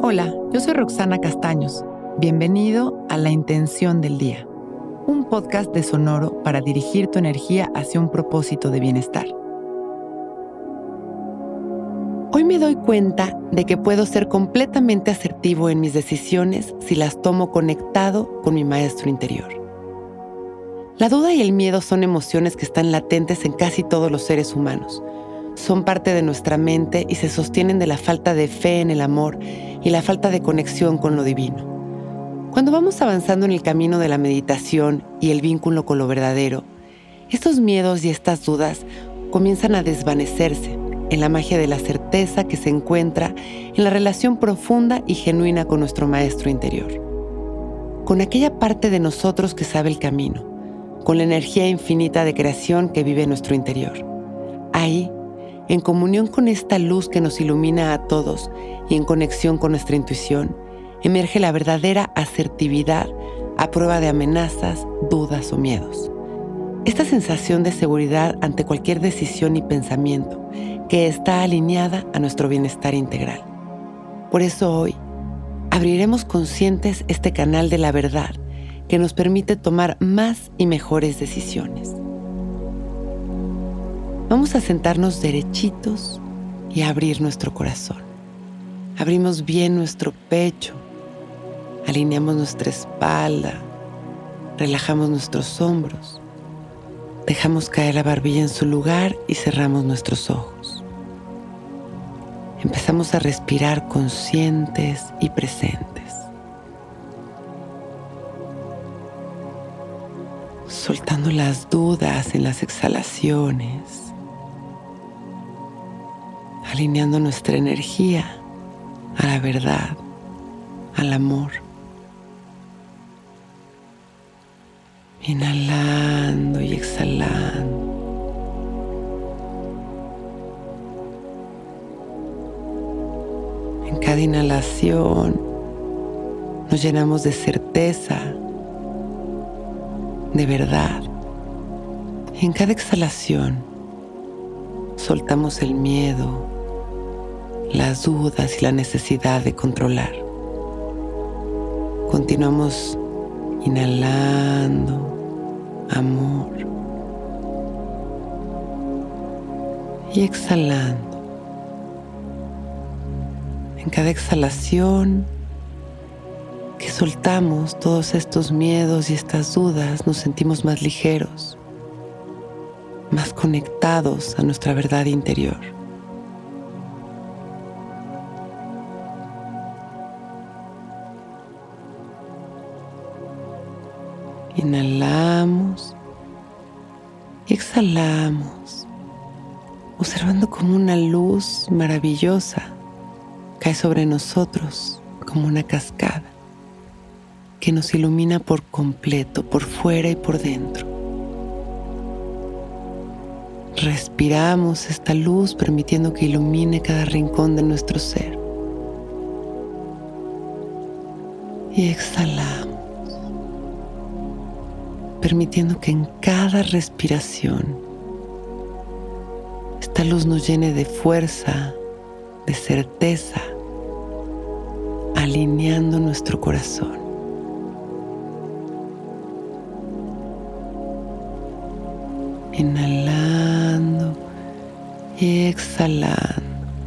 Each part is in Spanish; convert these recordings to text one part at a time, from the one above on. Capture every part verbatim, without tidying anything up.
Hola, yo soy Roxana Castaños. Bienvenido a La Intención del Día, un podcast de Sonoro para dirigir tu energía hacia un propósito de bienestar. Hoy me doy cuenta de que puedo ser completamente asertivo en mis decisiones si las tomo conectado con mi maestro interior. La duda y el miedo son emociones que están latentes en casi todos los seres humanos. Son parte de nuestra mente y se sostienen de la falta de fe en el amor y la falta de conexión con lo divino. Cuando vamos avanzando en el camino de la meditación y el vínculo con lo verdadero, estos miedos y estas dudas comienzan a desvanecerse en la magia de la certeza que se encuentra en la relación profunda y genuina con nuestro maestro interior. Con aquella parte de nosotros que sabe el camino, con la energía infinita de creación que vive en nuestro interior. Ahí, en comunión con esta luz que nos ilumina a todos y en conexión con nuestra intuición, emerge la verdadera asertividad a prueba de amenazas, dudas o miedos. Esta sensación de seguridad ante cualquier decisión y pensamiento que está alineada a nuestro bienestar integral. Por eso hoy, abriremos conscientes este canal de la verdad que nos permite tomar más y mejores decisiones. Vamos a sentarnos derechitos y a abrir nuestro corazón. Abrimos bien nuestro pecho, alineamos nuestra espalda, relajamos nuestros hombros, dejamos caer la barbilla en su lugar y cerramos nuestros ojos. Empezamos a respirar conscientes y presentes, soltando las dudas en las exhalaciones, alineando nuestra energía a la verdad, al amor. Inhalando y exhalando. En cada inhalación nos llenamos de certeza, de verdad. Y en cada exhalación soltamos el miedo, las dudas y la necesidad de controlar. Continuamos inhalando amor y exhalando. En cada exhalación que soltamos todos estos miedos y estas dudas, nos sentimos más ligeros, más conectados a nuestra verdad interior. Inhalamos y exhalamos, observando como una luz maravillosa cae sobre nosotros como una cascada que nos ilumina por completo, por fuera y por dentro. Respiramos esta luz permitiendo que ilumine cada rincón de nuestro ser. Y exhalamos, permitiendo que en cada respiración esta luz nos llene de fuerza, de certeza, alineando nuestro corazón. Inhalando y exhalando.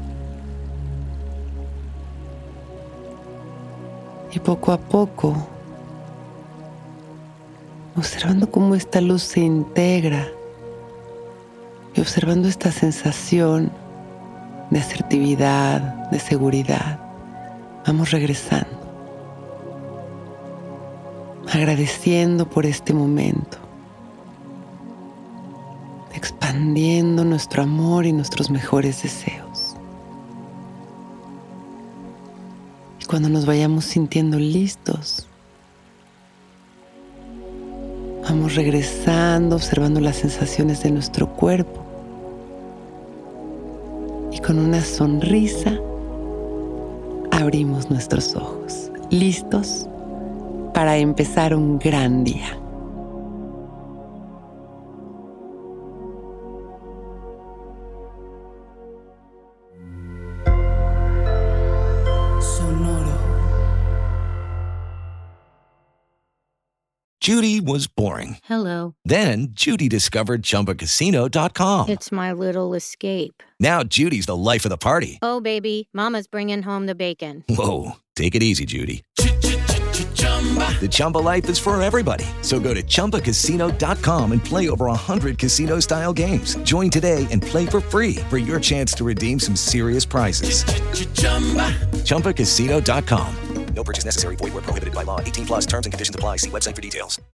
Y poco a poco, observando cómo esta luz se integra y observando esta sensación de asertividad, de seguridad, vamos regresando, agradeciendo por este momento, expandiendo nuestro amor y nuestros mejores deseos. Y cuando nos vayamos sintiendo listos, vamos regresando, observando las sensaciones de nuestro cuerpo. Y con una sonrisa, abrimos nuestros ojos, listos para empezar un gran día. Sonoro. Judy was boring. Hello. Then Judy discovered Chumba Casino dot com. It's my little escape. Now Judy's the life of the party. Oh, baby, mama's bringing home the bacon. Whoa, take it easy, Judy. The Chumba life is for everybody. So go to Chumba Casino dot com and play over one hundred casino-style games. Join today and play for free for your chance to redeem some serious prizes. Chumba Casino dot com. No purchase necessary. Void where prohibited by law. eighteen plus terms and conditions apply. See website for details.